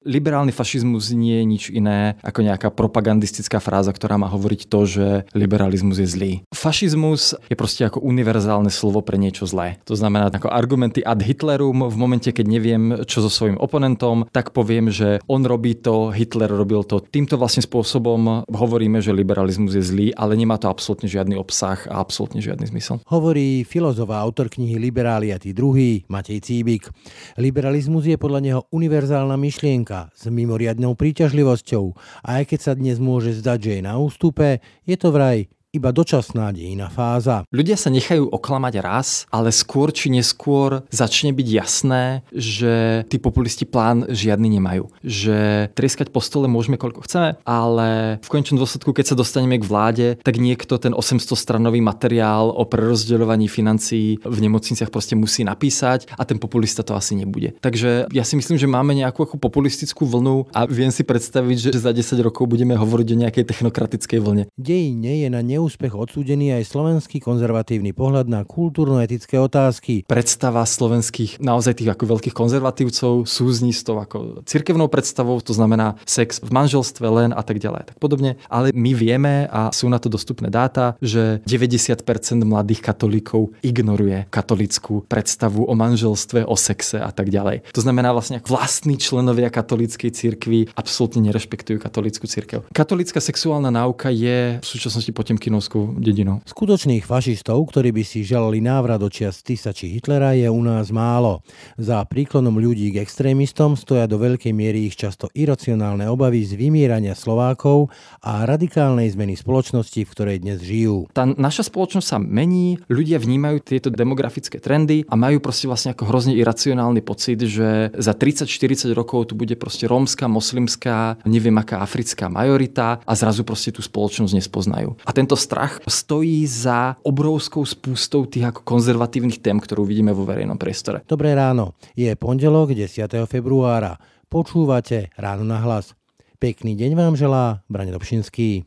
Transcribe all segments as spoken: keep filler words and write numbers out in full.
Liberálny fašizmus nie je nič iné ako nejaká propagandistická fráza, ktorá má hovoriť to, že liberalizmus je zlý. Fašizmus je proste ako univerzálne slovo pre niečo zlé. To znamená ako argumenty ad Hitlerum. V momente, keď neviem, čo so svojím oponentom, tak poviem, že on robí to, Hitler robil to. Týmto vlastne spôsobom hovoríme, že liberalizmus je zlý, ale nemá to absolútne žiadny obsah a absolútne žiadny zmysel. Hovorí filozof a autor knihy Liberáli a tí druhí, Matej Cíbik. Liberalizmus je podľa neho univerzálna myšlienka s mimoriadnou príťažlivosťou a aj keď sa dnes môže zdať, že je na ústupe, je to vraj iba dočasná dejinná fáza. Ľudia sa nechajú oklamať raz, ale skôr či neskôr začne byť jasné, že tí populisti plán žiadny nemajú. Že trieskať po stole môžeme koľko chceme, ale v konečnom dôsledku, keď sa dostaneme k vláde, tak niekto ten osemstostranový materiál o prerozdeľovaní financií v nemocniciach proste musí napísať a ten populista to asi nebude. Takže ja si myslím, že máme nejakú ako populistickú vlnu a viem si predstaviť, že za desať rokov budeme hovoriť o nejakej technokratickej vlne. Dejine je na úspech odsúdený aj slovenský konzervatívny pohľad na kultúrno-etické otázky. Predstava slovenských naozaj tých ako veľkých konzervatívcov súzní s tou ako cirkevnou predstavou, to znamená sex v manželstve len a tak ďalej, tak podobne. Ale my vieme a sú na to dostupné dáta, že deväťdesiat percent mladých katolíkov ignoruje katolícku predstavu o manželstve, o sexe a tak ďalej. To znamená vlastne vlastní členovia katolíckej cirkvi absolútne nerešpektujú katolícku cirkev. Katolícka sexuálna náuka je v súčasnosti Potemkin dedinou. Skutočných fašistov, ktorí by si želali návrat do čias Tisa či Hitlera, je u nás málo. Za príklonom ľudí k extrémistom stoja do veľkej miery ich často iracionálne obavy z vymierania Slovákov a radikálnej zmeny spoločnosti, v ktorej dnes žijú. Tá naša spoločnosť sa mení, ľudia vnímajú tieto demografické trendy a majú proste vlastne ako hrozne iracionálny pocit, že za tridsať štyridsať rokov tu bude proste rómska, moslimská, neviem aká africká majorita a zrazu proste tú spoločnosť nespoznajú. A tento strach stojí za obrovskou spústou tých ako konzervatívnych tém, ktorú vidíme vo verejnom priestore. Dobré ráno. Je pondelok desiateho februára. Počúvate Ráno na hlas. Pekný deň vám želá Braňo Dobšinský.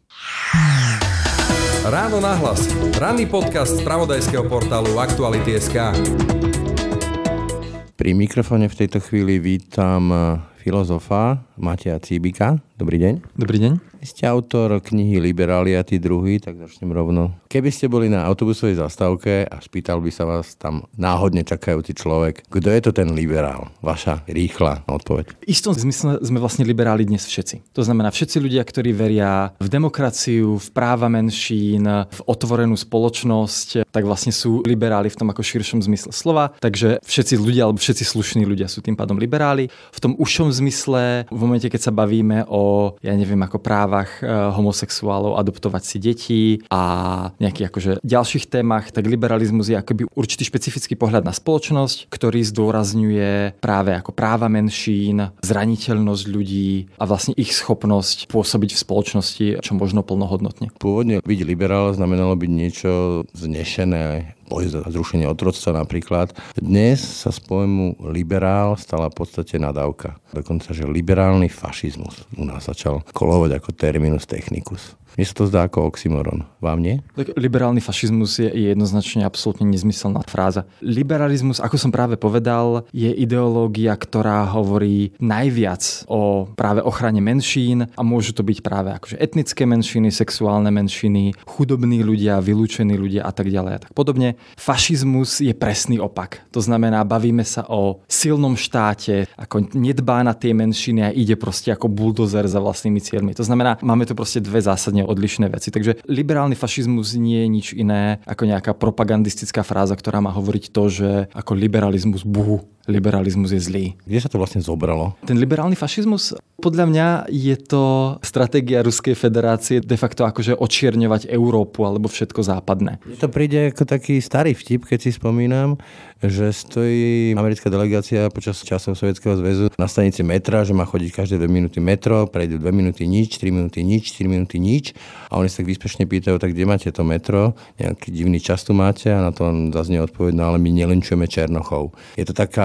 Ráno na hlas. Ranný podcast z spravodajského portálu Aktuality bodka es ká. Pri mikrofóne v tejto chvíli vítam filozofa Mateja Cíbika. Dobrý deň. Dobrý deň. Vy ste autor knihy Liberáli a tí druhí, tak začnem rovno. Keby ste boli na autobusovej zastávke a spýtal by sa vás tam náhodne čakajúci človek, kto je to ten liberál? Vaša rýchla odpoveď. V istom zmysle sme vlastne liberáli dnes všetci. To znamená všetci ľudia, ktorí veria v demokraciu, v práva menšín, v otvorenú spoločnosť, tak vlastne sú liberáli v tom ako širšom zmysle slova. Takže všetci ľudia alebo všetci slušní ľudia sú tým pádom liberáli. V tom užšom zmysle, v momente, keď sa bavíme o, ja neviem, ako právach homosexuálov, adoptovať si deti a nejakých akože ďalších témach, tak liberalizmus je akoby určitý špecifický pohľad na spoločnosť, ktorý zdôrazňuje práve ako práva menšín, zraniteľnosť ľudí a vlastne ich schopnosť pôsobiť v spoločnosti čo možno plnohodnotne. Pôvodne byť liberál znamenalo byť niečo znešené, boj za zrušenie otroctva napríklad. Dnes sa z pojmu liberál stala v podstate nadávka. Dokonca, že liberálny fašizmus u nás začal kolovať ako terminus technicus. Mne sa to zdá ako oxymoron. Vám nie? Tak liberálny fašizmus je, je jednoznačne absolútne nezmyselná fráza. Liberalizmus, ako som práve povedal, je ideológia, ktorá hovorí najviac o práve ochrane menšín a môžu to byť práve akože etnické menšiny, sexuálne menšiny, chudobní ľudia, vylúčení ľudia a tak ďalej a tak podobne. Fašizmus je presný opak. To znamená, bavíme sa o silnom štáte, ako nedbá na tie menšiny a ide proste ako buldozer za vlastnými cieľmi. To znamená, máme tu proste dve zásadne odlišné veci. Takže liberálny fašizmus nie je nič iné ako nejaká propagandistická fráza, ktorá má hovoriť to, že ako liberalizmus buhu. Liberalizmus je zlý. Kde sa to vlastne zobralo? Ten liberálny fašizmus, podľa mňa je to stratégia Ruskej federácie de facto akože očierňovať Európu alebo všetko západné. Mne to príde ako taký starý vtip, keď si spomínam, že stojí americká delegácia počas časov Sovietskeho zväzu na stanici metra, že má chodiť každé dve minúty metro, prejde dve minúty nič, tri minúty nič, štyri minúty nič a oni sa tak výspešne pýtajú, tak kde máte to metro, nejaký divný čas tu máte a na to on zaznie odpoveď, no ale my nelinčujeme Černochov. Je to taká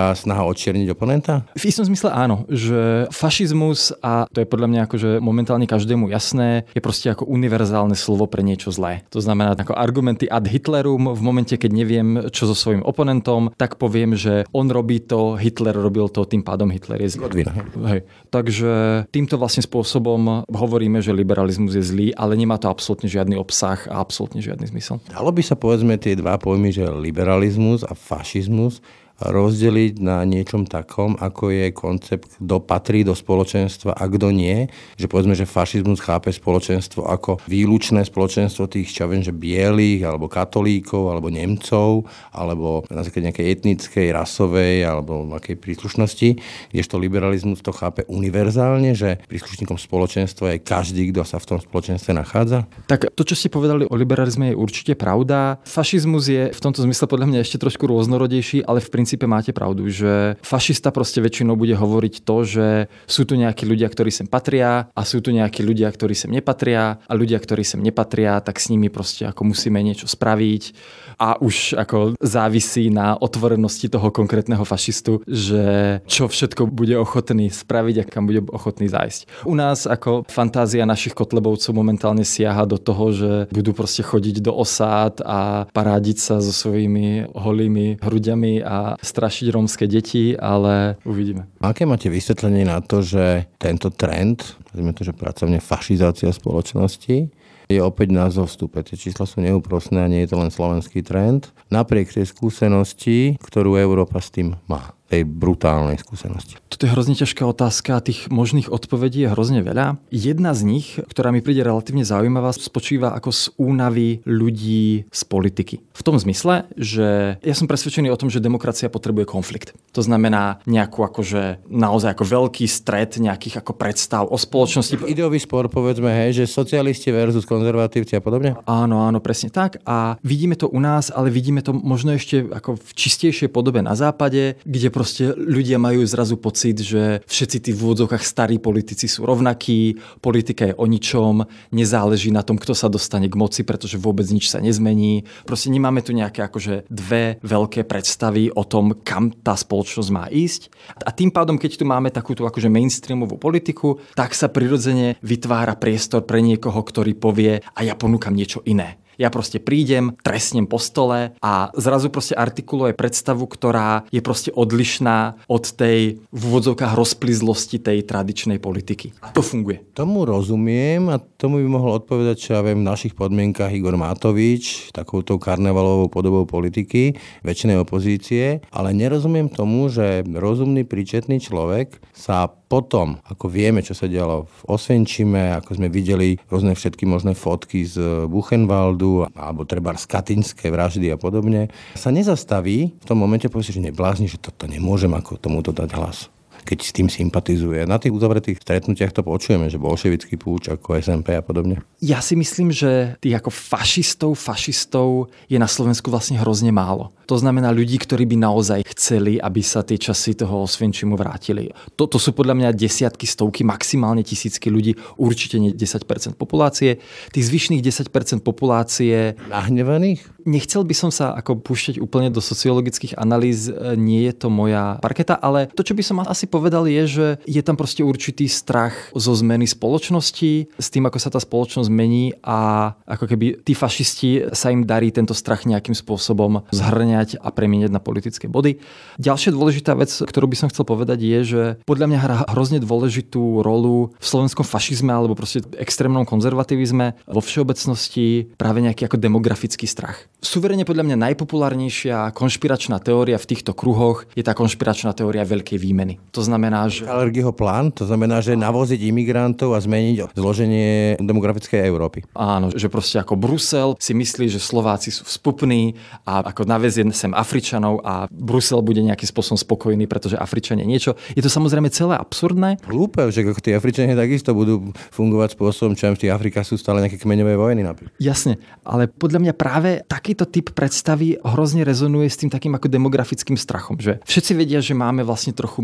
iba snaha odčierniť oponenta? V istom zmysle áno, že fašizmus, a to je podľa mňa akože momentálne každému jasné, je proste ako univerzálne slovo pre niečo zlé. To znamená ako argumenty ad Hitlerum, v momente, keď neviem, čo so svojím oponentom, tak poviem, že on robí to, Hitler robil to, tým pádom Hitler je zlý. Hej. Takže týmto vlastne spôsobom hovoríme, že liberalizmus je zlý, ale nemá to absolútne žiadny obsah a absolútne žiadny zmysel. Dalo by sa povedzme tie dva pojmy, že liberalizmus a fašizmus rozdeliť na niečom takom, ako je koncept, kto patrí do spoločenstva a kto nie. Že povedzme, že fašizmus chápe spoločenstvo ako výlučné spoločenstvo tých, čo viem, že bielých, alebo katolíkov, alebo Nemcov, alebo na základe nejakej etnickej, rasovej, alebo akej príslušnosti, kdežto liberalizmus to chápe univerzálne, že príslušníkom spoločenstva je každý, kto sa v tom spoločenstve nachádza. Tak to, čo ste povedali o liberalizme, je určite pravda. Fašizmus je v tomto zmysle podľa mňa ešte trošku rôznorodejší, ale v princípe V princípe máte pravdu, že fašista proste väčšinou bude hovoriť to, že sú tu nejakí ľudia, ktorí sem patria a sú tu nejakí ľudia, ktorí sem nepatria a ľudia, ktorí sem nepatria, tak s nimi proste ako musíme niečo spraviť a už ako závisí na otvorenosti toho konkrétneho fašistu, že čo všetko bude ochotný spraviť a kam bude ochotný zájsť. U nás ako fantázia našich Kotlebovcov momentálne siaha do toho, že budú proste chodiť do osád a parádiť sa so svojimi holými hruďami a strašiť rómske deti, ale uvidíme. Aké máte vysvetlenie na to, že tento trend, nazvime to, že pracovne fašizácia spoločnosti, je opäť na zostupe. Tie čísla sú neúprosné a nie je to len slovenský trend. Napriek tej skúsenosti, ktorú Európa s tým má. Tej brutálnej skúsenosti. Toto je hrozne ťažká otázka a tých možných odpovedí je hrozne veľa. Jedna z nich, ktorá mi príde relatívne zaujímavá, spočíva ako z únavy ľudí z politiky. V tom zmysle, že ja som presvedčený o tom, že demokracia potrebuje konflikt. To znamená nejakú akože naozaj ako veľký stret nejakých ako predstav o spoločnosti. Ideový spor, povedzme, hej, že socialisti versus konzervatívci a podobne? Áno, áno, presne tak. A vidíme to u nás, ale vidíme to možno ešte ako v čistejšej podobe na západe, kde proste ľudia majú zrazu pocit, že všetci tí v úvodzovkách starí politici sú rovnakí, politika je o ničom, nezáleží na tom, kto sa dostane k moci, pretože vôbec nič sa nezmení. Proste nemáme tu nejaké akože dve veľké predstavy o tom, kam tá spoločnosť má ísť. A tým pádom, keď tu máme takúto akože mainstreamovú politiku, tak sa prirodzene vytvára priestor pre niekoho, ktorý povie a ja ponúkam niečo iné. Ja proste prídem, trestnem po stole a zrazu proste artikuluje predstavu, ktorá je proste odlišná od tej v úvodzovkách rozplizlosti tej tradičnej politiky. A to funguje. Tomu rozumiem a tomu by mohol odpovedať, čo ja viem, v našich podmienkach Igor Matovič, takouto karnevalovou podobou politiky, väčšinej opozície, ale nerozumiem tomu, že rozumný, príčetný človek sa potom, ako vieme, čo sa dialo v Osvenčime, ako sme videli rôzne všetky možné fotky z Buchenwaldu alebo treba z Katyňskej vraždy a podobne, sa nezastaví v tom momente, povie si, že neblázni, že toto nemôžem ako tomuto dať hlas, keď s tým sympatizuje. Na tých uzavretých stretnutiach to počujeme, že bolševický púč ako es en pé a podobne. Ja si myslím, že tých ako fašistov, fašistov je na Slovensku vlastne hrozne málo. To znamená ľudí, ktorí by naozaj chceli, aby sa tie časy toho Osvenčimu vrátili. Toto sú podľa mňa desiatky, stovky, maximálne tisícky ľudí, určite nie desať percent populácie. Tých zvyšných desať percent populácie... Nahnevaných? Nechcel by som sa ako púšťať úplne do sociologických analýz, nie je to moja parketa, ale to, čo by som asi povedal, je, že je tam proste určitý strach zo zmeny spoločnosti, s tým, ako sa tá spoločnosť mení a ako keby tí fašisti sa im darí tento strach nejakým spôsobom zhrňať a premieňať na politické body. Ďalšia dôležitá vec, ktorú by som chcel povedať, je, že podľa mňa hrá hrozne dôležitú rolu v slovenskom fašizme alebo proste extrémnom konzervativizme vo všeobecnosti práve nejaký ako demografický strach. Suverene podľa mňa najpopulárnejšia konšpiračná teória v týchto kruhoch je tá konšpiračná teória veľkej výmeny. To znamená, že... Kalergyho plán, to znamená, že navoziť imigrantov a zmeniť zloženie demografickej Európy. Áno, že proste ako Brusel si myslí, že Slováci sú vzpupní a ako navezie sem Afričanov a Brusel bude nejakým spôsobom spokojný, pretože Afričania niečo. Je to samozrejme celé absurdné. Hlúpe, že ako tí Afričania takisto budú fungovať spôsobom, čo v tých Afrikách sú stále nejaké kmeňové vojny napríklad. Jasne, ale podľa mňa práve takýto typ predstavy hrozne rezonuje s tým takým ako demografickým strachom, že všetci vedia, že máme vlastne trochu menej detí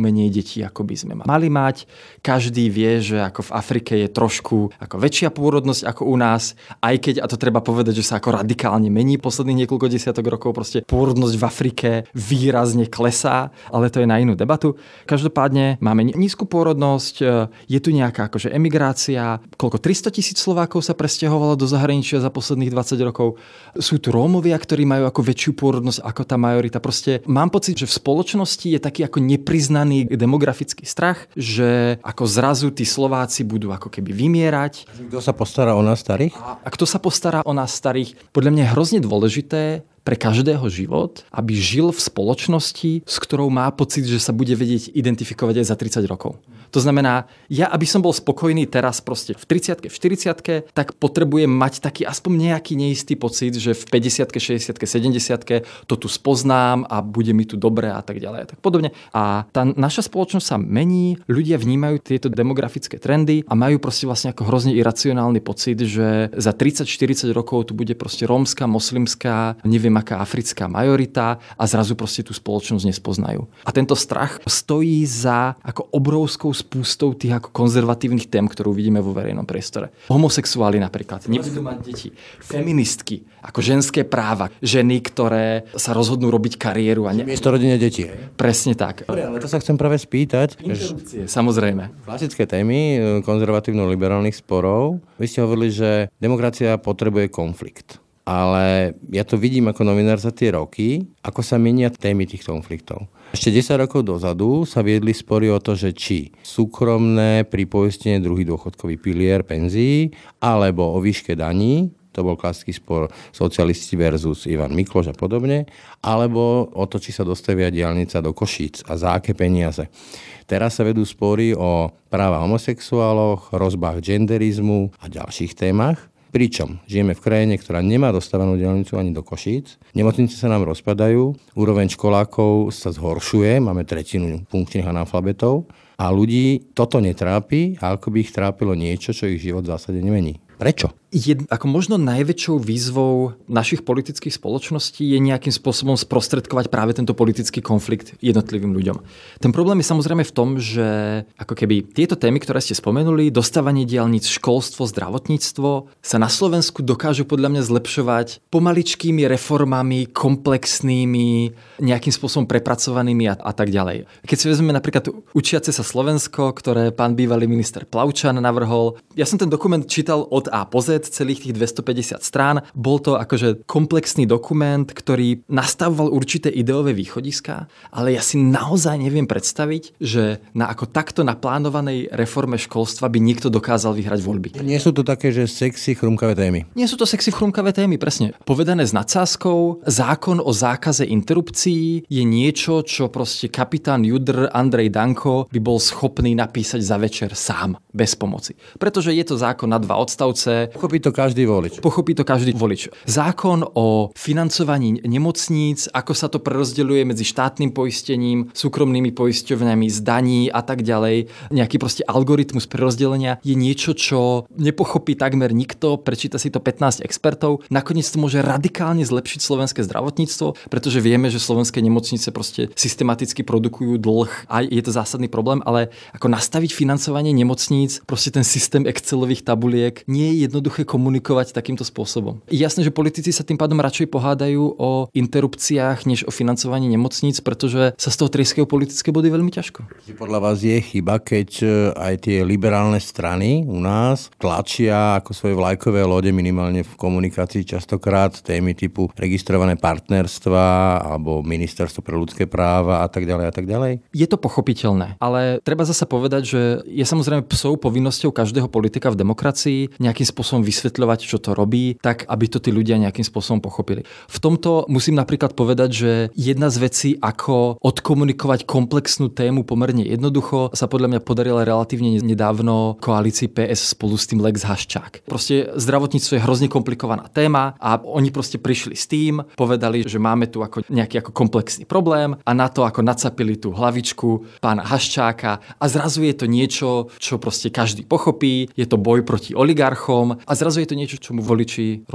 detí, ako by sme mali mať. Každý vie, že ako v Afrike je trošku ako väčšia pôrodnosť ako u nás, aj keď, a to treba povedať, že sa ako radikálne mení posledných niekoľko desiatok rokov, proste pôrodnosť v Afrike výrazne klesá, ale to je na inú debatu. Každopádne máme nízku pôrodnosť, je tu nejaká akože emigrácia, koľko tristotisíc Slovákov sa presťahovalo do zahraničia za posledných dvadsať rokov. Sú tu Rómovia, ktorí majú ako väčšiu pôrodnosť ako tá majorita. Proste mám pocit, že v spoločnosti je taký ako nepriznaný demografický strach, že ako zrazu tí Slováci budú ako keby vymierať. Kto sa postará o nás starých? A, a kto sa postará o nás starých? Podľa mňa je hrozne dôležité pre každého život, aby žil v spoločnosti, s ktorou má pocit, že sa bude vedieť identifikovať aj za tridsať rokov. To znamená, ja, aby som bol spokojný teraz proste v tridsiatke, v štyridsiatke, tak potrebujem mať taký aspoň nejaký neistý pocit, že v päťdesiatke, šesťdesiatke, sedemdesiatke to tu spoznám a bude mi tu dobre a tak ďalej a tak podobne. A tá naša spoločnosť sa mení, ľudia vnímajú tieto demografické trendy a majú proste vlastne ako hrozne iracionálny pocit, že za tridsať štyridsať rokov tu bude proste rómska, moslimská, neviem aká africká majorita a zrazu proste tú spoločnosť nespoznajú. A tento strach stojí za ako obrovskou spústou tých ako konzervatívnych tém, ktorú vidíme vo verejnom priestore. Homosexuáli napríklad, nebudú mať deti. Feministky, ako ženské práva, ženy, ktoré sa rozhodnú robiť kariéru a ne... Miesto rodine detí. Presne tak. Dobre, ale to sa chcem práve spýtať. Interrupcie, samozrejme. Klasické témy konzervatívno-liberálnych sporov. Vy ste hovorili, že demokracia potrebuje konflikt. Ale ja to vidím ako novinár za tie roky, ako sa menia témy tých konfliktov. Ešte desať rokov dozadu sa viedli spory o to, že či súkromné pripoistenie druhý dôchodkový pilier penzií, alebo o výške daní, to bol klasický spor socialisti versus Ivan Mikloš a podobne, alebo o to, či sa dostavia diaľnica do Košíc a za aké peniaze. Teraz sa vedú spory o práva homosexuáloch, hrozbách genderizmu a ďalších témach. Pričom žijeme v krajine, ktorá nemá dostávanú diaľnicu ani do Košíc. Nemocnice sa nám rozpadajú, úroveň školákov sa zhoršuje, máme tretinu funkčných analfabetov a ľudí toto netrápi, a ako by ich trápilo niečo, čo ich život v zásade nemení. Prečo? Je, ako možno najväčšou výzvou našich politických spoločností je nejakým spôsobom sprostredkovať práve tento politický konflikt jednotlivým ľuďom. Ten problém je samozrejme v tom, že ako keby tieto témy, ktoré ste spomenuli, dostávanie diaľnic, školstvo, zdravotníctvo, sa na Slovensku dokážu podľa mňa zlepšovať pomaličkými reformami, komplexnými, nejakým spôsobom prepracovanými a, a tak ďalej. Keď si vezmeme napríklad Učiace sa Slovensko, ktoré pán bývalý minister Plavčan navrhol, ja som ten dokument čítal od A po Z, celých tých dvestopäťdesiat strán. Bol to akože komplexný dokument, ktorý nastavoval určité ideové východiská, ale ja si naozaj neviem predstaviť, že na ako takto naplánovanej reforme školstva by niekto dokázal vyhrať voľby. Nie sú to také, že sexy, chrumkavé témy. Nie sú to sexy, chrumkavé témy, presne. Povedané s nadsázkou, zákon o zákaze interrupcií je niečo, čo proste kapitán Judr Andrej Danko by bol schopný napísať za večer sám, bez pomoci. Pretože je to zákon na dva odstavce. Pochopí to každý volič. Pochopí to každý volič. Zákon o financovaní nemocníc, ako sa to prerozdeľuje medzi štátnym poistením, súkromnými poisťovňami, zdaní a tak ďalej. Nejaký proste algoritmus prerozdelenia je niečo, čo nepochopí takmer nikto, prečíta si to pätnásť expertov. Nakoniec to môže radikálne zlepšiť slovenské zdravotníctvo, pretože vieme, že slovenské nemocnice proste systematicky produkujú dlh a je to zásadný problém, ale ako nastaviť financovanie nemocníc, proste ten systém Excelových tabuliek, nie je jednoduché komunikovať takýmto spôsobom. Je jasné, že politici sa tým pádom radšej pohádajú o interrupciách, než o financovaní nemocníc, pretože sa z toho trieskajú politické body veľmi ťažko. Podľa vás je chyba, keď aj tie liberálne strany u nás tlačia ako svoje vlajkové lode minimálne v komunikácii častokrát témy typu registrované partnerstva alebo ministerstvo pre ľudské práva a tak ďalej a tak ďalej? Je to pochopiteľné, ale treba zasa povedať, že je samozrejme psou povinnosťou každého politika v demokracii nejakým spôsobom vysvetľovať, čo to robí, tak aby to tí ľudia nejakým spôsobom pochopili. V tomto musím napríklad povedať, že jedna z vecí, ako odkomunikovať komplexnú tému pomerne jednoducho, sa podľa mňa podarila relatívne nedávno koalícii pé es spolu s tým Lex Haščák. Proste zdravotníctvo je hrozne komplikovaná téma a oni proste prišli s tým, povedali, že máme tu ako nejaký ako komplexný problém a na to ako nacapili tú hlavičku pána Haščáka a zrazu je to niečo, čo proste každý pochopí, je to boj proti oligarchom a zrazu je to niečo, čomu voliči rozumejú.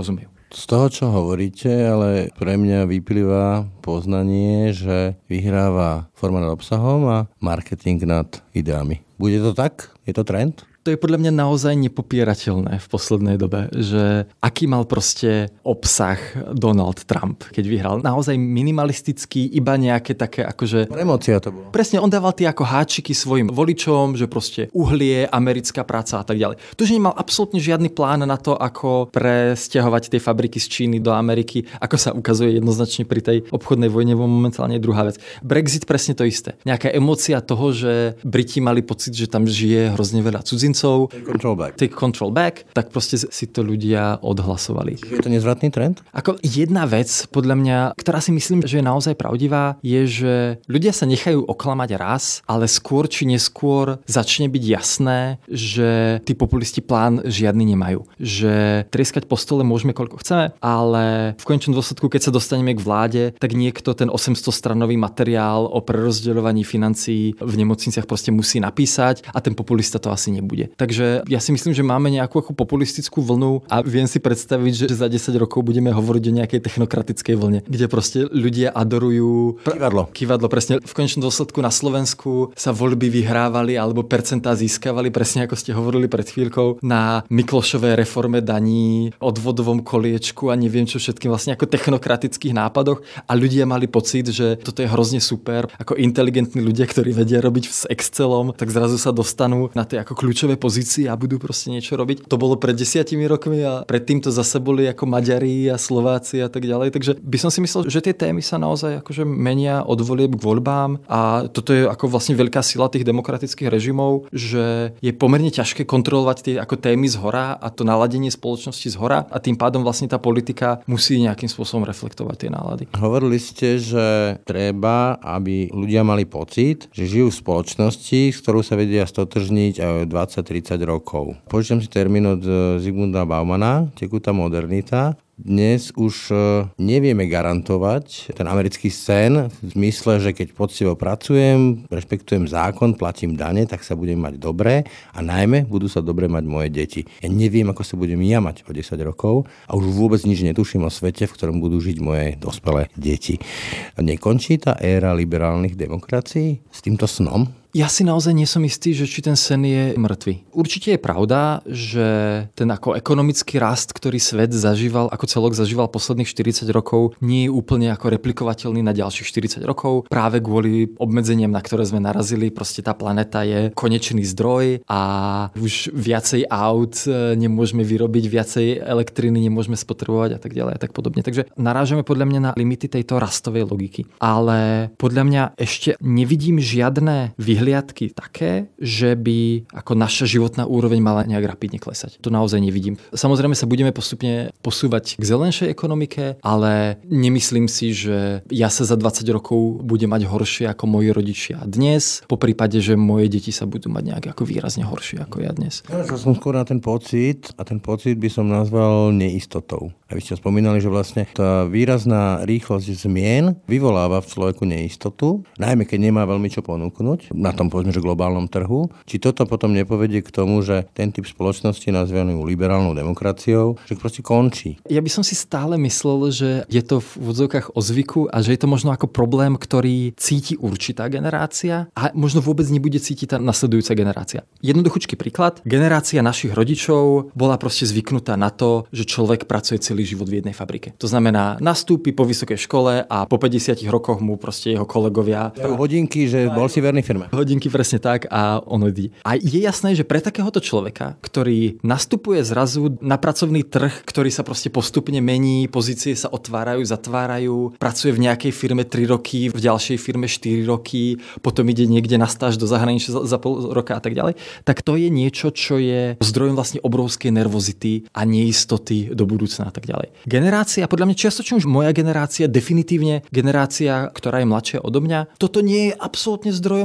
Z toho, čo hovoríte, ale pre mňa vyplýva poznanie, že vyhráva forma nad obsahom a marketing nad ideami. Bude to tak? Je to trend? To je podľa mňa naozaj nepopierateľné v poslednej dobe, že aký mal proste obsah Donald Trump, keď vyhral. Naozaj minimalistický, iba nejaké také akože... Emócia to bolo. Presne, on dával tie ako háčiky svojim voličom, že proste uhlie, americká práca a tak ďalej. To, že nemal absolútne žiadny plán na to, ako presťahovať tie fabriky z Číny do Ameriky, ako sa ukazuje jednoznačne pri tej obchodnej vojne, momentálne je druhá vec. Brexit presne to isté. Nejaká emócia toho, že Briti mali pocit, že tam žije hrozne veľa cudzincov. Take control back. Take control back, tak proste si to ľudia odhlasovali. Je to nezvratný trend? Ako jedna vec, podľa mňa, ktorá si myslím, že je naozaj pravdivá, je, že ľudia sa nechajú oklamať raz, ale skôr či neskôr začne byť jasné, že tí populisti plán žiadny nemajú. Že trieskať po stole môžeme koľko chceme, ale v konečnom dôsledku, keď sa dostaneme k vláde, tak niekto ten osemstostranový materiál o prerozdeľovaní financií v nemocniciach proste musí napísať a ten populista to asi nebude. Takže ja si myslím, že máme nejakú ako populistickú vlnu a viem si predstaviť, že za desať rokov budeme hovoriť o nejakej technokratickej vlne, kde proste ľudia adorujú kývadlo. Kývadlo, presne. V konečnom dôsledku na Slovensku sa voľby vyhrávali alebo percentá získavali, presne ako ste hovorili pred chvíľkou, na Miklošovej reforme daní, odvodovom koliečku a neviem čo všetkým, vlastne ako technokratických nápadoch a ľudia mali pocit, že toto je hrozne super, ako inteligentní ľudia, ktorí vedia robiť s Excelom, tak zrazu sa dostanú na tie ako kľúčové pozície a budú proste niečo robiť. To bolo pred desiatimi rokmi a predtým to zase boli ako Maďari a Slováci a tak ďalej. Takže by som si myslel, že tie témy sa naozaj akože menia od volieb k voľbám a toto je ako vlastne veľká sila tých demokratických režimov, že je pomerne ťažké kontrolovať tie ako témy zhora a to naladenie spoločnosti zhora a tým pádom vlastne tá politika musí nejakým spôsobom reflektovať tie nálady. Hovorili ste, že treba, aby ľudia mali pocit, že žijú v spoločnosti, s ktorou sa vedia stotožniť aj dvadsať tridsať rokov. Počítam si termín od Zygmunta Baumana, tekutá modernita. Dnes už nevieme garantovať ten americký sen v zmysle, že keď poctivo pracujem, rešpektujem zákon, platím dane, tak sa budem mať dobre a najmä budú sa dobre mať moje deti. Ja neviem, ako sa budem ja mať o desať rokov a už vôbec nič netuším o svete, v ktorom budú žiť moje dospelé deti. Nekončí tá éra liberálnych demokracií s týmto snom? Ja si naozaj nie som istý, že či ten sen je mŕtvy. Určite je pravda, že ten ako ekonomický rast, ktorý svet zažíval, ako celok zažíval posledných štyridsať rokov, nie je úplne ako replikovateľný na ďalších štyridsať rokov. Práve kvôli obmedzeniam, na ktoré sme narazili, proste tá planéta je konečný zdroj a už viacej aut nemôžeme vyrobiť, viacej elektriny nemôžeme spotrebovať a tak ďalej a tak podobne. Takže narážame podľa mňa na limity tejto rastovej logiky. Ale podľa mňa ešte nevidím žiadne vyhliadky také, že by ako naša životná úroveň mala nejak rapidne klesať. To naozaj nevidím. Samozrejme sa budeme postupne posúvať k zelenšej ekonomike, ale nemyslím si, že ja sa za dvadsať rokov budem mať horšie ako moji rodičia dnes, po prípade, že moje deti sa budú mať nejak ako výrazne horšie ako ja dnes. Ja som skôr na ten pocit a ten pocit by som nazval neistotou. A vy ste spomínali, že vlastne tá výrazná rýchlosť zmien vyvoláva v človeku neistotu, najmä keď nemá veľmi čo ponúknuť na tom, povedzme, že globálnom trhu. Či toto potom nepovedie k tomu, že ten typ spoločnosti nazvaný liberálnou demokraciou, že proste končí. Ja by som si stále myslel, že je to v úvodzovkách o zvyku a že je to možno ako problém, ktorý cíti určitá generácia a možno vôbec nebude cítiť tá nasledujúca generácia. Jednoduchúčky príklad. Generácia našich rodičov bola proste zvyknutá na to, že človek pracuje celý život v jednej fabrike. To znamená, nastúpi po vysokej škole a po päťdesiatich rokoch mu proste jeho kolegovia dajú hodinky, že bol si verný firme. Hodinky presne tak a on odíde. A je jasné, že pre takéhoto človeka, ktorý nastupuje zrazu na pracovný trh, ktorý sa proste postupne mení, pozície sa otvárajú, zatvárajú, pracuje v nejakej firme tri roky, v ďalšej firme štyri roky, potom ide niekde na stáž do zahraničia za, za pol roka a tak ďalej, tak to je niečo, čo je zdrojom vlastne obrovskej nervozity a neistoty do budúcna a tak ďalej. Generácia, podľa mňa čiastočne už moja generácia, definitívne generácia, ktorá je mladšia odo mňa, toto nie je absolútne zdrojom nervozity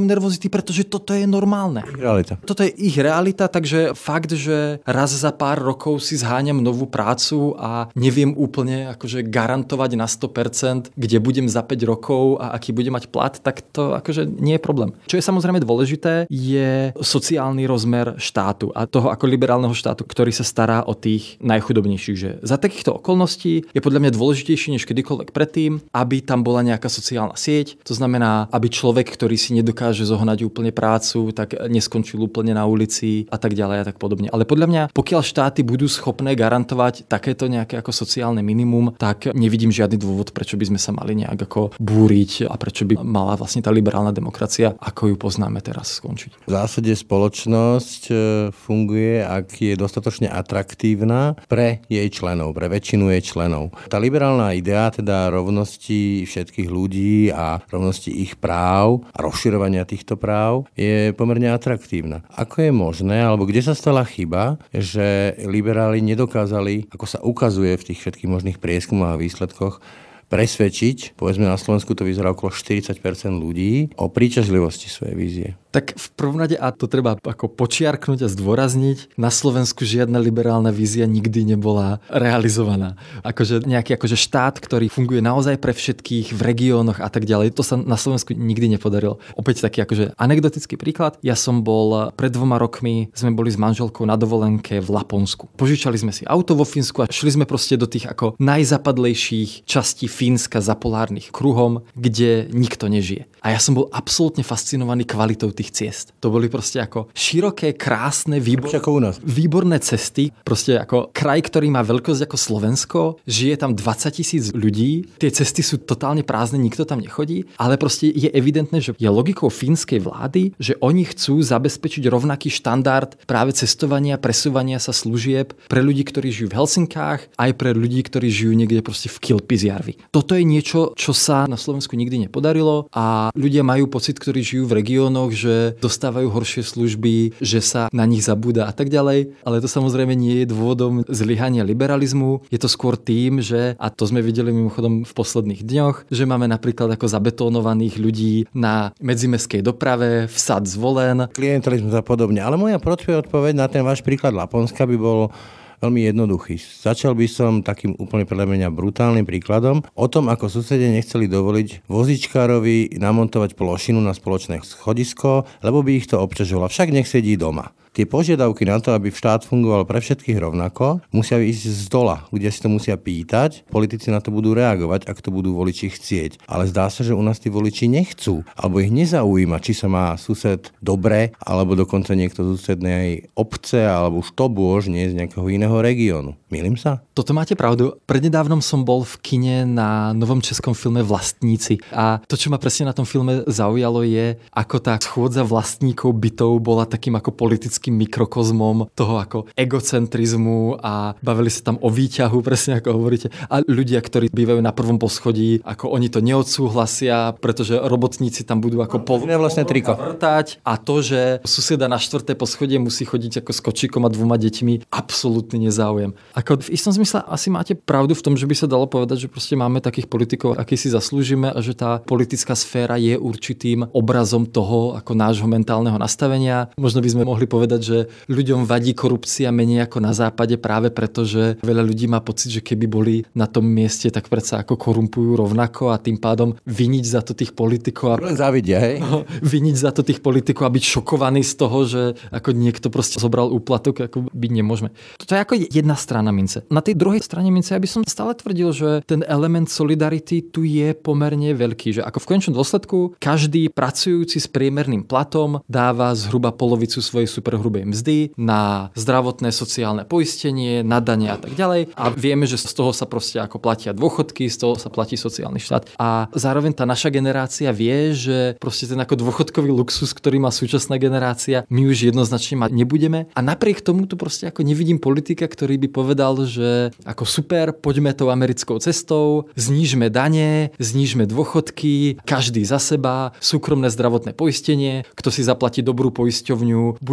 štáty, pretože toto je normálne. Realita. Toto je ich realita, takže fakt, že raz za pár rokov si zháňam novú prácu a neviem úplne akože garantovať na sto percent, kde budem za päť rokov a aký budem mať plat, tak to akože nie je problém. Čo je samozrejme dôležité, je sociálny rozmer štátu a toho ako liberálneho štátu, ktorý sa stará o tých najchudobnejších. Že za takýchto okolností je podľa mňa dôležitejšie než kedykoľvek predtým, aby tam bola nejaká sociálna sieť. To znamená, aby človek, ktorý si nedokáže zohnať úplne prácu, tak neskončil úplne na ulici a tak ďalej a tak podobne. Ale podľa mňa, pokiaľ štáty budú schopné garantovať takéto nejaké ako sociálne minimum, tak nevidím žiadny dôvod, prečo by sme sa mali nejak ako búriť a prečo by mala vlastne tá liberálna demokracia, ako ju poznáme teraz, skončiť. V zásade spoločnosť funguje, ak je dostatočne atraktívna pre jej členov, pre väčšinu jej členov. Tá liberálna idea teda rovnosti všetkých ľudí a rovnosti ich práv a rozširovania týchto práv je pomerne atraktívna. Ako je možné, alebo kde sa stala chyba, že liberáli nedokázali, ako sa ukazuje v tých všetkých možných prieskumoch a výsledkoch, presvedčiť, povedzme na Slovensku to vyzerá okolo štyridsať percent ľudí, o príťažlivosti svojej vízie. Tak v prvom rade, a to treba ako počiarknúť a zdôrazniť, na Slovensku žiadna liberálna vízia nikdy nebola realizovaná. Akože nejaký akože štát, ktorý funguje naozaj pre všetkých v regiónoch a tak ďalej, to sa na Slovensku nikdy nepodarilo. Opäť taký akože anekdotický príklad. Ja som bol pred dvoma rokmi, sme boli s manželkou na dovolenke v Laponsku. Požičali sme si auto vo Fínsku a šli sme proste do tých ako najzapadlejších častí Fínska za polárnych kruhom, kde nikto nežije. A ja som bol absolútne fascinovaný kvalitou tých ciest. To boli proste ako široké, krásne, výbor... ako u nás. výborné cesty. Proste ako kraj, ktorý má veľkosť ako Slovensko, žije tam dvadsať tisíc ľudí, tie cesty sú totálne prázdne, nikto tam nechodí, ale proste je evidentné, že je logikou fínskej vlády, že oni chcú zabezpečiť rovnaký štandard práve cestovania, presúvania sa služieb pre ľudí, ktorí žijú v Helsinkách, aj pre ľudí, ktorí žijú niekde proste v Kilpisjärvi. Toto je niečo, čo sa na Slovensku nikdy nepodarilo a ľudia majú pocit, ktorí žijú v regiónoch, že dostávajú horšie služby, že sa na nich zabúda a tak ďalej, ale to samozrejme nie je dôvodom zlyhania liberalizmu. Je to skôr tým, že, a to sme videli mimochodom v posledných dňoch, že máme napríklad ako zabetónovaných ľudí na medzimestskej doprave, vsad zvolen. Klientelizmus a podobne. Ale moja odpoveď na ten váš príklad Laponska by bol veľmi jednoduchý. Začal by som takým úplne podľa mňa brutálnym príkladom o tom, ako susedia nechceli dovoliť vozičkárovi namontovať plošinu na spoločné schodisko, lebo by ich to obťažovalo. Však nech sedí doma. Tie požiadavky na to, aby štát fungoval pre všetkých rovnako, musia ísť z dola. Ľudia si to musia pýtať, politici na to budú reagovať, ak to budú voliči chcieť. Ale zdá sa, že u nás tí voliči nechcú, alebo ich nezaujíma, či sa má sused dobre, alebo dokonca niekto z susednej obce, alebo už to bôž nie z nejakého iného regiónu. Mýlim sa? Toto máte pravdu. Prednedávnom som bol v kine na novom českom filme Vlastníci. A to, čo ma presne na tom filme zaujalo, je, ako tá schôdza vlastníkov bytov bola takým ako politickým mikrokozmom toho ako egocentrizmu a bavili sa tam o výťahu, presne ako hovoríte. A ľudia, ktorí bývajú na prvom poschodí, ako oni to neodsúhlasia, pretože robotníci tam budú ako pol vlastne triko vrtať. A to, že suseda na štvrté poschodie musí chodiť ako s kočíkom a dvoma deťmi, absolútne nezáujem. Ako v istom zmysle asi máte pravdu v tom, že by sa dalo povedať, že proste máme takých politikov, aký si zaslúžime a že tá politická sféra je určitým obrazom toho ako nášho mentálneho nastavenia. Možno by sme mohli povedať, že ľuďom vadí korupcia menej ako na západe práve preto, že veľa ľudí má pocit, že keby boli na tom mieste, tak predsa ako korumpujú rovnako a tým pádom viniť za to tých politikov. Len závidia, hej? No, viniť za to tých politikov a byť šokovaný z toho, že ako niekto proste zobral úplatok, ako byť nemôžeme. To je ako jedna strana mince. Na tej druhej strane mince ja by som stále tvrdil, že ten element solidarity tu je pomerne veľký, že ako v konečnom dôsledku každý pracujúci s priemerným platom dáva zhruba polovicu svojej superhrubej mzdy na zdravotné sociálne poistenie, na dane a tak ďalej. A vieme, že z toho sa proste ako platia dôchodky, z toho sa platí sociálny štát. A zároveň tá naša generácia vie, že proste ten ako dôchodkový luxus, ktorý má súčasná generácia, my už jednoznačne mať nebudeme. A napriek tomu tu proste ako nevidím politika, ktorý by povedal, že ako super, poďme tou americkou cestou, znížme dane, znížme dôchodky, každý za seba, súkromné zdravotné poistenie, kto si zaplatí dobrú poisťovňu, bude mať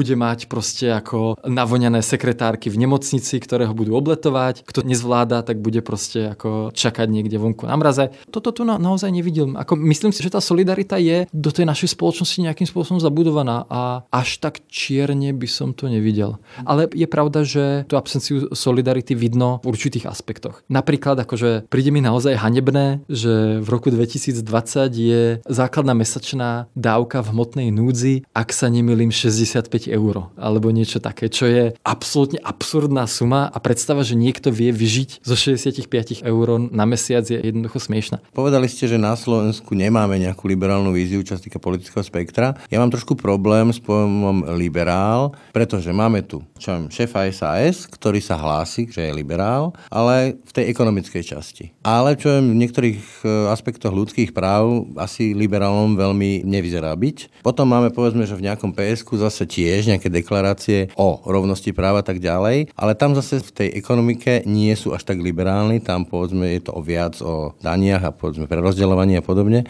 mať proste ako navoňané sekretárky v nemocnici, ktoré ho budú obletovať. Kto nezvláda, tak bude proste ako čakať niekde vonku na mraze. Toto tu na, naozaj nevidím. Ako myslím si, že tá solidarita je do tej našej spoločnosti nejakým spôsobom zabudovaná a až tak čierne by som to nevidel. Ale je pravda, že tú absenciu solidarity vidno v určitých aspektoch. Napríklad akože príde mi naozaj hanebné, že v roku dvetisícdvadsať je základná mesačná dávka v hmotnej núdzi, ak sa nemýlim, šesťdesiatpäť eur alebo niečo také, čo je absolútne absurdná suma a predstava, že niekto vie vyžiť zo šesťdesiatpäť eur na mesiac je jednoducho smiešná. Povedali ste, že na Slovensku nemáme nejakú liberálnu víziu, čo sa týka politického spektra. Ja mám trošku problém s pojmom liberál, pretože máme tu čo viem, šéfa es a es, ktorý sa hlási, že je liberál, ale v tej ekonomickej časti. Ale čo viem, v niektorých aspektoch ľudských práv asi liberálom veľmi nevyzerá byť. Potom máme povedzme, že v nejakom pé esku zase tiež nejaké deklarácie o rovnosti práva a tak ďalej, ale tam zase v tej ekonomike nie sú až tak liberálni, tam povedzme je to o viac o daniach a povedzme prerozdeľovaní a podobne.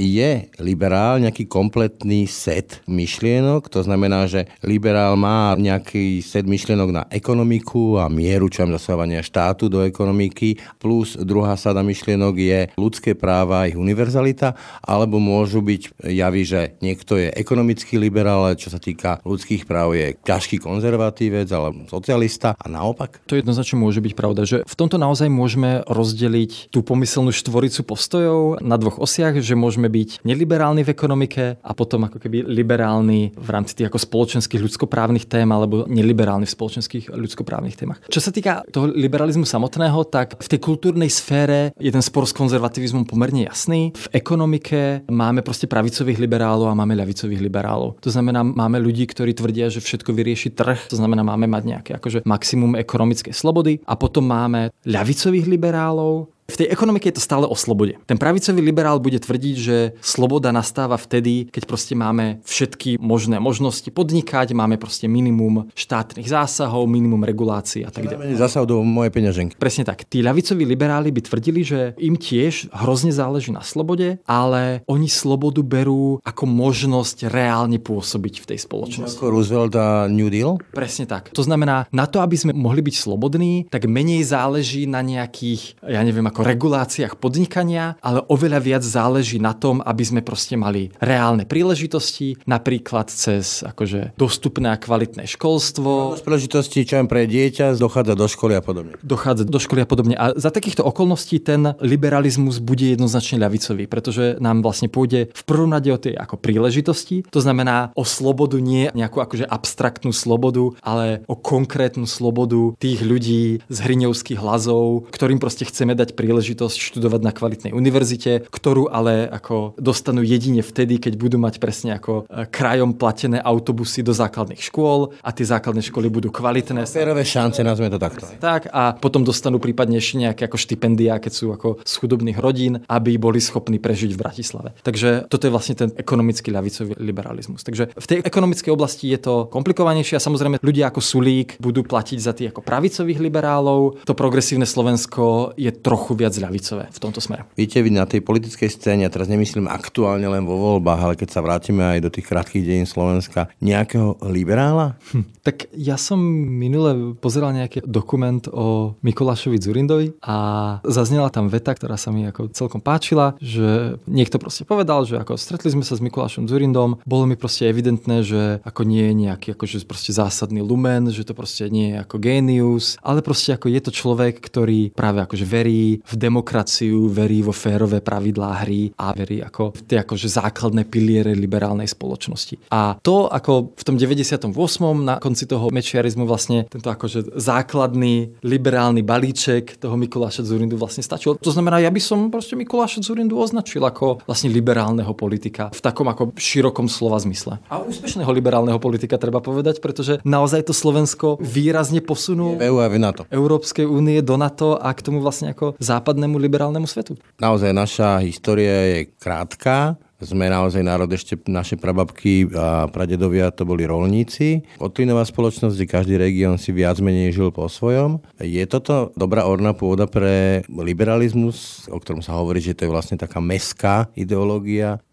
Je liberál nejaký kompletný set myšlienok, to znamená, že liberál má nejaký set myšlienok na ekonomiku a mieru čo mám zasahovania štátu do ekonomiky, plus druhá sada myšlienok je ľudské práva a ich univerzalita, alebo môžu byť javy, že niekto je ekonomický liberál, ale čo sa týka ľudských práv je ťažký konzervatívec alebo socialista a naopak? To jednoznačne môže byť pravda, že v tomto naozaj môžeme rozdeliť tú pomyselnú štvoricu postojov na dvoch osiach, že môžeme byť neliberálni v ekonomike a potom ako keby liberálni v rámci tých ako spoločenských ľudskoprávnych tém alebo neliberálni v spoločenských ľudskoprávnych témach. Čo sa týka toho liberalizmu samotného, tak v tej kultúrnej sfére je ten spor s konzervativizmom pomerne jasný. V ekonomike máme proste pravicových liberálov a máme ľavicových liberálov. To znamená, máme ľudí, ktorí tvrdia, že všetko vyrieši trh, to znamená, máme mať nejaké akože maximum ekonomickej slobody a potom máme ľavicových liberálov. V tej ekonomike je to stále o slobode. Ten pravicový liberál bude tvrdiť, že sloboda nastáva vtedy, keď proste máme všetky možné možnosti podnikať, máme proste minimum štátnych zásahov, minimum regulácií a tak ďalej. Zásahov do mojej peňaženky. Presne tak. Tí ľavicoví liberáli by tvrdili, že im tiež hrozne záleží na slobode, ale oni slobodu berú ako možnosť reálne pôsobiť v tej spoločnosti. Ako Roosevelt a New Deal? Presne tak. To znamená, na to, aby sme mohli byť slobodní, tak menej záleží na nejakých, ja neviem, ako reguláciách podnikania, ale oveľa viac záleží na tom, aby sme proste mali reálne príležitosti, napríklad cez akože dostupné a kvalitné školstvo. Príležitosti, čo pre dieťa, dochádza do školy a podobne. Dochádza do školy a podobne. A za takýchto okolností ten liberalizmus bude jednoznačne ľavicový, pretože nám vlastne pôjde v prvom rade o tie ako príležitosti. To znamená o slobodu, nie nejakú akože abstraktnú slobodu, ale o konkrétnu slobodu tých ľudí z hriňovských hlasov, ktorým proste chceme dať príležitosť príležitosť študovať na kvalitnej univerzite, ktorú ale ako dostanú jedine vtedy, keď budú mať presne ako krajom platené autobusy do základných škôl a tie základné školy budú kvalitné. Férové šance, nazvime to takto. Tak a potom dostanú prípadne ešte nejaké ako štipendia, keď sú ako z chudobných rodín, aby boli schopní prežiť v Bratislave. Takže toto je vlastne ten ekonomický ľavicový liberalizmus. Takže v tej ekonomickej oblasti je to komplikovanejšie a samozrejme ľudia ako Sulík budú platiť za tých ako pravicových liberálov. To progresívne Slovensko je trochu viac ľavicové v tomto smere. Viete, vy na tej politickej scéne, a teraz nemyslím aktuálne len vo voľbách, ale keď sa vrátime aj do tých krátkych dejín Slovenska, nejakého liberála? Hm. Tak ja som minule pozeral nejaký dokument o Mikulášovi Dzurindovi a zaznela tam veta, ktorá sa mi ako celkom páčila, že niekto proste povedal, že ako stretli sme sa s Mikulášom Dzurindom, bolo mi proste evidentné, že ako nie je nejaký akože proste zásadný lumen, že to proste nie je ako génius, ale proste ako je to človek, ktorý práve akože verí v demokraciu, verí vo férové pravidlá hry a verí ako v tie akože základné piliere liberálnej spoločnosti. A to ako v tom deväťdesiatom ôsmom na konci toho mečiarizmu vlastne tento akože základný liberálny balíček toho Mikuláša Dzurindu vlastne stačil. To znamená, ja by som proste Mikuláša Dzurindu označil ako vlastne liberálneho politika v takom ako širokom slova zmysle. A úspešného liberálneho politika treba povedať, pretože naozaj to Slovensko výrazne posunul é ú a NATO. Európskej únie do NATO a k tomu vlastne ako západnému liberálnemu svetu. Naozaj naša história je krátka. Sme naozaj národ, ešte naše prababky a pradedovia to boli roľníci. Odplynová spoločnosť, kde každý región si viac menej žil po svojom. Je toto dobrá orná pôda pre liberalizmus, o ktorom sa hovorí, že to je vlastne taká mestská ideológia?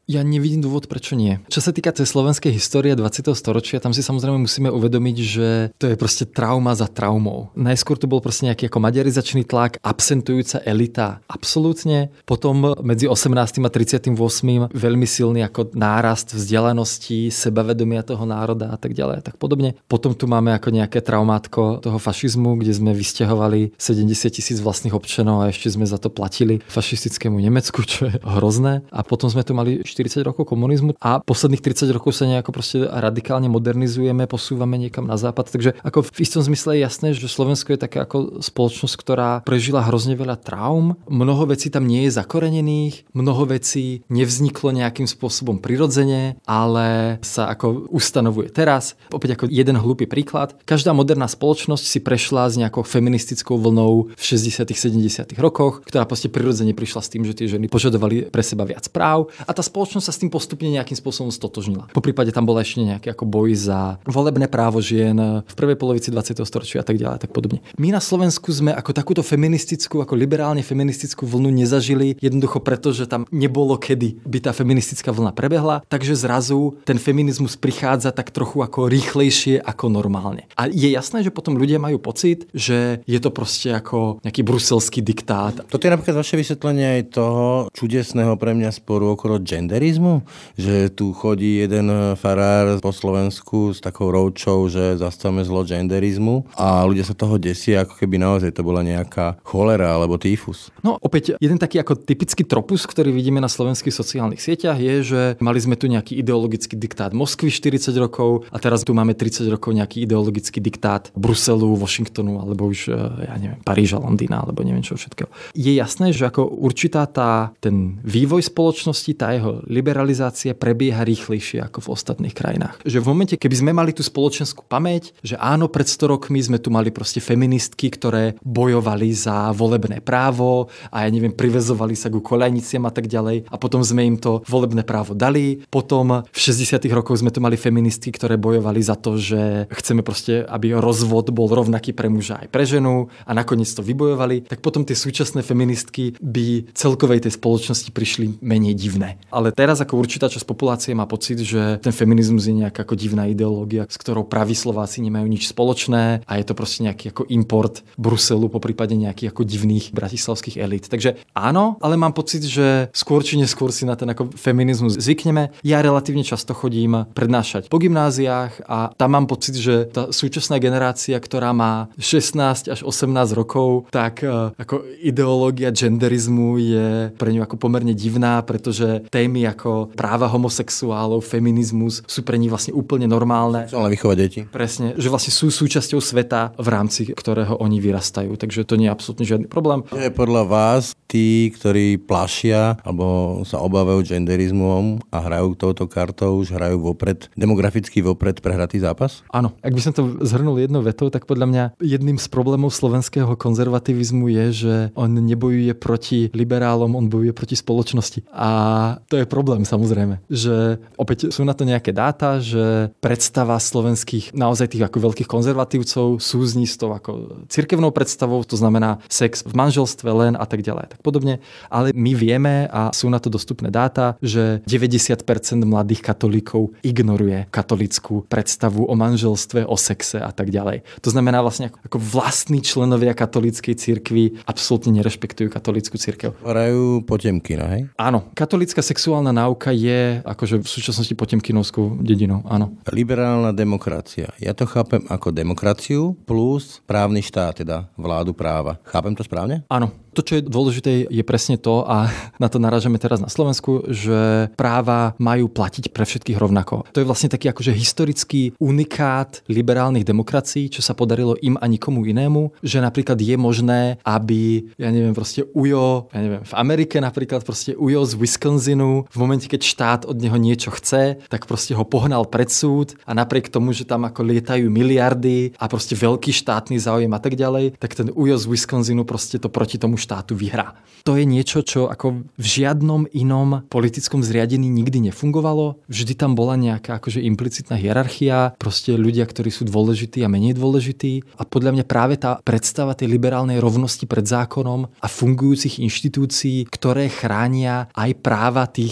Ja nevidím dôvod, prečo nie. Čo sa týka tej slovenskej histórie dvadsiateho storočia, tam si samozrejme musíme uvedomiť, že to je proste trauma za traumou. Najskôr to bol proste nejaký ako maďarizačný tlak, absentujúca elita. Absolútne. Potom medzi osemnásty a tridsiatym ôsmym veľmi silný ako nárast vzdelanosti, sebavedomia toho národa a tak ďalej a tak podobne. Potom tu máme ako nejaké traumátko toho fašizmu, kde sme vysťahovali sedemdesiat tisíc vlastných občanov a ešte sme za to platili fašistickému Nemecku, čo je hrozné. A potom sme tu mali štyridsať rokov komunizmu a posledných tridsať rokov sa nejako proste radikálne modernizujeme, posúvame niekam na západ. Takže ako v istom zmysle je jasné, že Slovensko je taká ako spoločnosť, ktorá prežila hrozne veľa traum. Mnoho vecí tam nie je zakorenených, mnoho vecí nevzniklo nejakým spôsobom prirodzene, ale sa ako ustanovuje teraz. Opäť ako jeden hlúpy príklad. Každá moderná spoločnosť si prešla s nejakou feministickou vlnou v šesťdesiatych sedemdesiatych rokoch, ktorá proste prirodzene prišla s tým, že tie ženy požadovali pre seba viac práv a tá spoločnosť sa s tým postupne nejakým spôsobom stotožnila. Po prípade tam bola ešte nejaký ako boj za volebné právo žien v prvej polovici dvadsiateho storočia a tak ďalej, tak podobne. My na Slovensku sme ako takúto feministickú, ako liberálne feministickú vlnu nezažili, jednoducho preto, že tam nebolo kedy by tá feministická vlna prebehla, takže zrazu ten feminizmus prichádza tak trochu ako rýchlejšie ako normálne. A je jasné, že potom ľudia majú pocit, že je to proste ako nejaký bruselský diktát. Toto je napríklad vaše vysvetlenie aj toho čudesného pre mňa sporu okolo genderizmu, že tu chodí jeden farár po Slovensku s takou roučou, že zastavme zlo genderizmu a ľudia sa toho desia, ako keby naozaj to bola nejaká cholera alebo týfus. No opäť jeden taký ako typický tropus, ktorý vidíme na slovenských sociálnych sieťach je, že mali sme tu nejaký ideologický diktát Moskvy štyridsať rokov a teraz tu máme tridsať rokov nejaký ideologický diktát Bruselu, Washingtonu alebo už, ja neviem, Paríža, Londýna alebo neviem čo všetkého. Je jasné, že ako určitá tá, ten vývoj spoločnosti, tá jeho liberalizácia prebieha rýchlejšie ako v ostatných krajinách. Že v momente, keby sme mali tú spoločenskú pamäť, že áno, pred sto rokmi sme tu mali proste feministky, ktoré bojovali za volebné právo a ja neviem, privezovali sa ku koľajniciam a tak ďalej a potom sme im to volebné právo dali. Potom v šesťdesiatych rokoch sme tu mali feministky, ktoré bojovali za to, že chceme proste, aby rozvod bol rovnaký pre muža aj pre ženu a nakoniec to vybojovali. Tak potom tie súčasné feministky by celkovej tej spoločnosti prišli menej divné. Ale teraz ako určitá časť populácie má pocit, že ten feminizmus je nejaká ako divná ideológia, s ktorou praví Slováci nemajú nič spoločné a je to proste nejaký ako import Bruselu, po prípade nejakých ako divných bratislavských elít. Takže áno, ale mám pocit, že skôr či neskôr si na ten ako feminizmus zvykneme. Ja relatívne často chodím prednášať po gymnáziách a tam mám pocit, že tá súčasná generácia, ktorá má šestnásť až osemnásť rokov, tak ako ideológia genderizmu je pre ňu ako pomerne divná, pretože témy ako práva homosexuálov, feminizmus sú pre nich vlastne úplne normálne. Chcú len vychovať deti. Presne, že vlastne sú súčasťou sveta, v rámci ktorého oni vyrastajú. Takže to nie je absolútne žiadny problém. Je podľa vás tí, ktorí plašia alebo sa obávajú genderizmom a hrajú touto kartou, už hrajú vopred, demograficky vopred prehratý zápas? Áno. Ak by som to zhrnul jednou vetou, tak podľa mňa jedným z problémov slovenského konzervativizmu je, že on nebojuje proti liberálom, on bojuje proti spoločnosti. A to je problém samozrejme, že opäť sú na to nejaké dáta, že predstava slovenských naozaj tých ako veľkých konzervatívcov súzní s tou ako cirkevnou predstavou, to znamená sex v manželstve len a tak ďalej, tak podobne. Ale my vieme a sú na to dostupné dáta, že deväťdesiat percent mladých katolíkov ignoruje katolícku predstavu o manželstve, o sexe a tak ďalej. To znamená vlastne ako, ako vlastní členovia katolíckej cirkvi absolútne nerešpektujú katolícku cirkev. Hrajú Potemkina, hej? Áno, katolícka sexuálna náuka je akože v súčasnosti potemkinovskou dedinou, áno. Liberálna demokracia. Ja to chápem ako demokraciu plus právny štát, teda vládu práva. Chápem to správne? Áno. To, čo je dôležité, je presne to, a na to narážame teraz na Slovensku, že práva majú platiť pre všetkých rovnako. To je vlastne taký akože historický unikát liberálnych demokracií, čo sa podarilo im a nikomu inému, že napríklad je možné, aby, ja neviem, proste ujo, ja neviem, v Amerike napríklad proste ujo z Wisconsinu, v momente, keď štát od neho niečo chce, tak proste ho pohnal pred súd a napriek tomu, že tam ako lietajú miliardy a proste veľký štátny záujem a tak ďalej, tak ten ujo z Wisconsinu proste to proti tomu štátu vyhrá. To je niečo, čo ako v žiadnom inom politickom zriadení nikdy nefungovalo. Vždy tam bola nejaká akože implicitná hierarchia, proste ľudia, ktorí sú dôležití a menej dôležití. A podľa mňa práve tá predstava tej liberálnej rovnosti pred zákonom a fungujúcich inštitúcií, ktoré chránia aj práva tých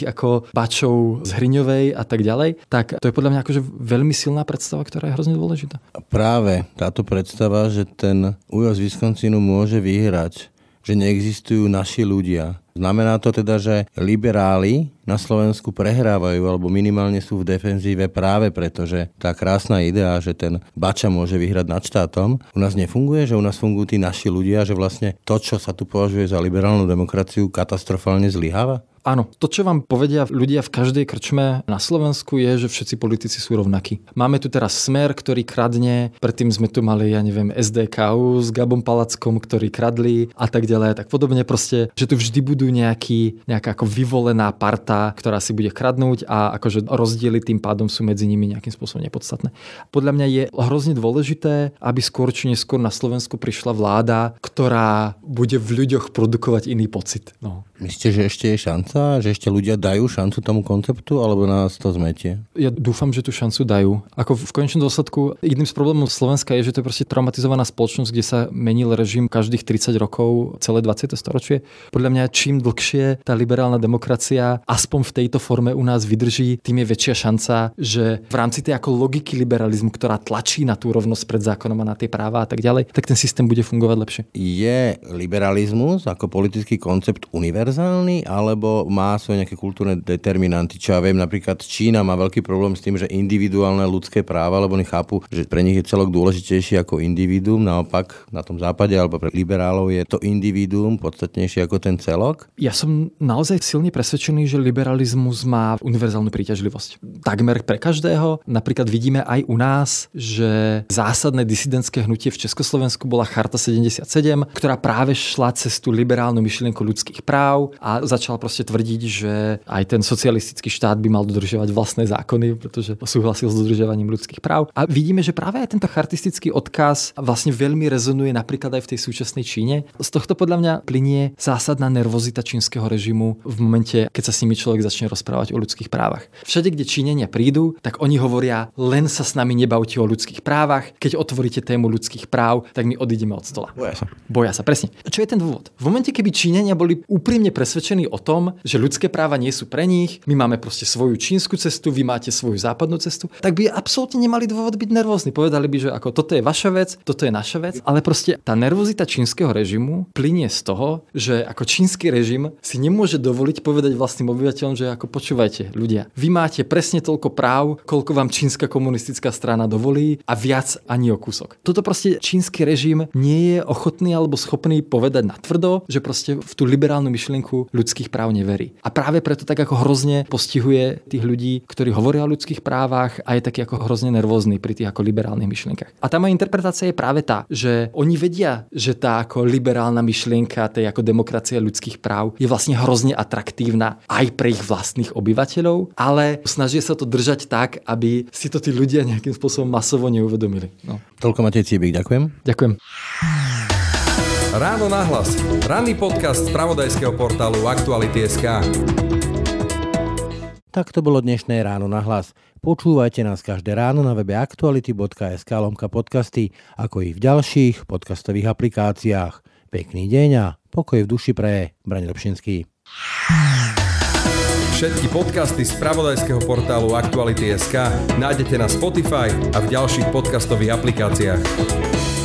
iných ako Bačov z Hriňovej a tak ďalej, tak to je podľa mňa akože veľmi silná predstava, ktorá je hrozne dôležitá. Práve táto predstava, že ten Ujo z Wisconsinu môže vyhrať, že neexistujú naši ľudia. Znamená to teda, že liberáli na Slovensku prehrávajú alebo minimálne sú v defenzíve práve preto, že tá krásna idea, že ten Bača môže vyhrať nad štátom, u nás nefunguje, že u nás fungujú tí naši ľudia, že vlastne to, čo sa tu považuje za liberálnu demokraciu, katastrofálne zlyháva? Áno, to, čo vám povedia ľudia v každej krčme na Slovensku je, že všetci politici sú rovnakí. Máme tu teraz Smer, ktorý kradne, predtým sme tu mali, ja neviem, es dé ká ú s Gabom Palackom, ktorí kradli a tak ďalej. Tak podobne proste, že tu vždy budú nejaký, nejaká ako vyvolená parta, ktorá si bude kradnúť a akože rozdiely tým pádom sú medzi nimi nejakým spôsobom nepodstatné. Podľa mňa je hrozne dôležité, aby skôr či neskôr na Slovensku prišla vláda, ktorá bude v ľuďoch produkovať iný pocit. No. Myslíte, že ešte je šanca, že ešte ľudia dajú šancu tomu konceptu, alebo nás to zmetie? Ja dúfam, že tú šancu dajú. Ako v konečnom dôsledku, jedným z problémov Slovenska je, že to je proste traumatizovaná spoločnosť, kde sa menil režim každých tridsať rokov celé dvadsiate storočie. Podľa mňa čím dlhšie tá liberálna demokracia aspoň v tejto forme u nás vydrží, tým je väčšia šanca, že v rámci tej ako logiky liberalizmu, ktorá tlačí na tú rovnosť pred zákonom a na tie práva a tak ďalej, tak ten systém bude fungovať lepšie. Je liberalizmus ako politický koncept univerzálny, alebo má svoje nejaké kultúrne determinanty? Čo ja viem, napríklad Čína má veľký problém s tým, že individuálne ľudské práva, lebo oni chápu, že pre nich je celok dôležitejší ako individuum, naopak na tom západe alebo pre liberálov je to individuum podstatnejšie ako ten celok. Ja som naozaj silne presvedčený, že liberalizmus má univerzálnu príťažlivosť. Takmer pre každého. Napríklad vidíme aj u nás, že zásadné disidentské hnutie v Československu bola Charta sedemdesiatsedem, ktorá práve šla cez tú liberálnu myšlienku ľudských práv a začal proste tvrdiť, že aj ten socialistický štát by mal dodržiavať vlastné zákony, pretože súhlasil s dodržiavaním ľudských práv. A vidíme, že práve aj tento chartistický odkaz vlastne veľmi rezonuje napríklad aj v tej súčasnej Číne. Z tohto podľa mňa plynie zásadná nervozita čínskeho režimu v momente, keď sa s nimi človek začne rozprávať o ľudských právach. Všade, kde Číňania prídu, tak oni hovoria: len sa s nami nebavte o ľudských právach. Keď otvoríte tému ľudských práv, tak my odídeme od stola. Boja sa. Boja sa, presne. Čo je ten dôvod? V momente, keby Číňania boli úprimne presvedčení o tom, že ľudské práva nie sú pre nich, my máme proste svoju čínsku cestu, vy máte svoju západnú cestu, tak by absolútne nemali dôvod byť nervózni. Povedali by, že ako toto je vaša vec, toto je naša vec, ale proste tá nervozita čínskeho režimu plynie z toho, že ako čínsky režim si nemôže dovoliť povedať vlastným obyvateľom, že ako počúvajte ľudia, vy máte presne toľko práv, koľko vám čínska komunistická strana dovolí a viac ani o kúsok. Toto proste čínsky režim nie je ochotný alebo schopný povedať natvrdo, že proste v tú liberálnu myšlienku ľudských práv neverí. A práve preto tak ako hrozne postihuje tých ľudí, ktorí hovoria o ľudských právach a je taký ako hrozne nervózny pri tých ako liberálnych myšlienkach. A tá moja interpretácia je práve tá, že oni vedia, že tá ako liberálna myšlienka tej ako demokracie ľudských práv je vlastne hrozne atraktívna aj pre ich vlastných obyvateľov, ale snažia sa to držať tak, aby si to tí ľudia nejakým spôsobom masovo neuvedomili. No. Toľko Matej Cibík, ďakujem. Ďakujem. Ráno nahlas. Ranný podcast z spravodajského portálu Aktuality bodka es ká. Tak to bolo dnešné Ráno nahlas. Počúvajte nás každé ráno na webe aktuality bodka es ká lomka podcasty, ako i v ďalších podcastových aplikáciách. Pekný deň a pokoj v duši pre Braň Robšinský. Všetky podcasty z spravodajského portálu Aktuality bodka es ká nájdete na Spotify a v ďalších podcastových aplikáciách.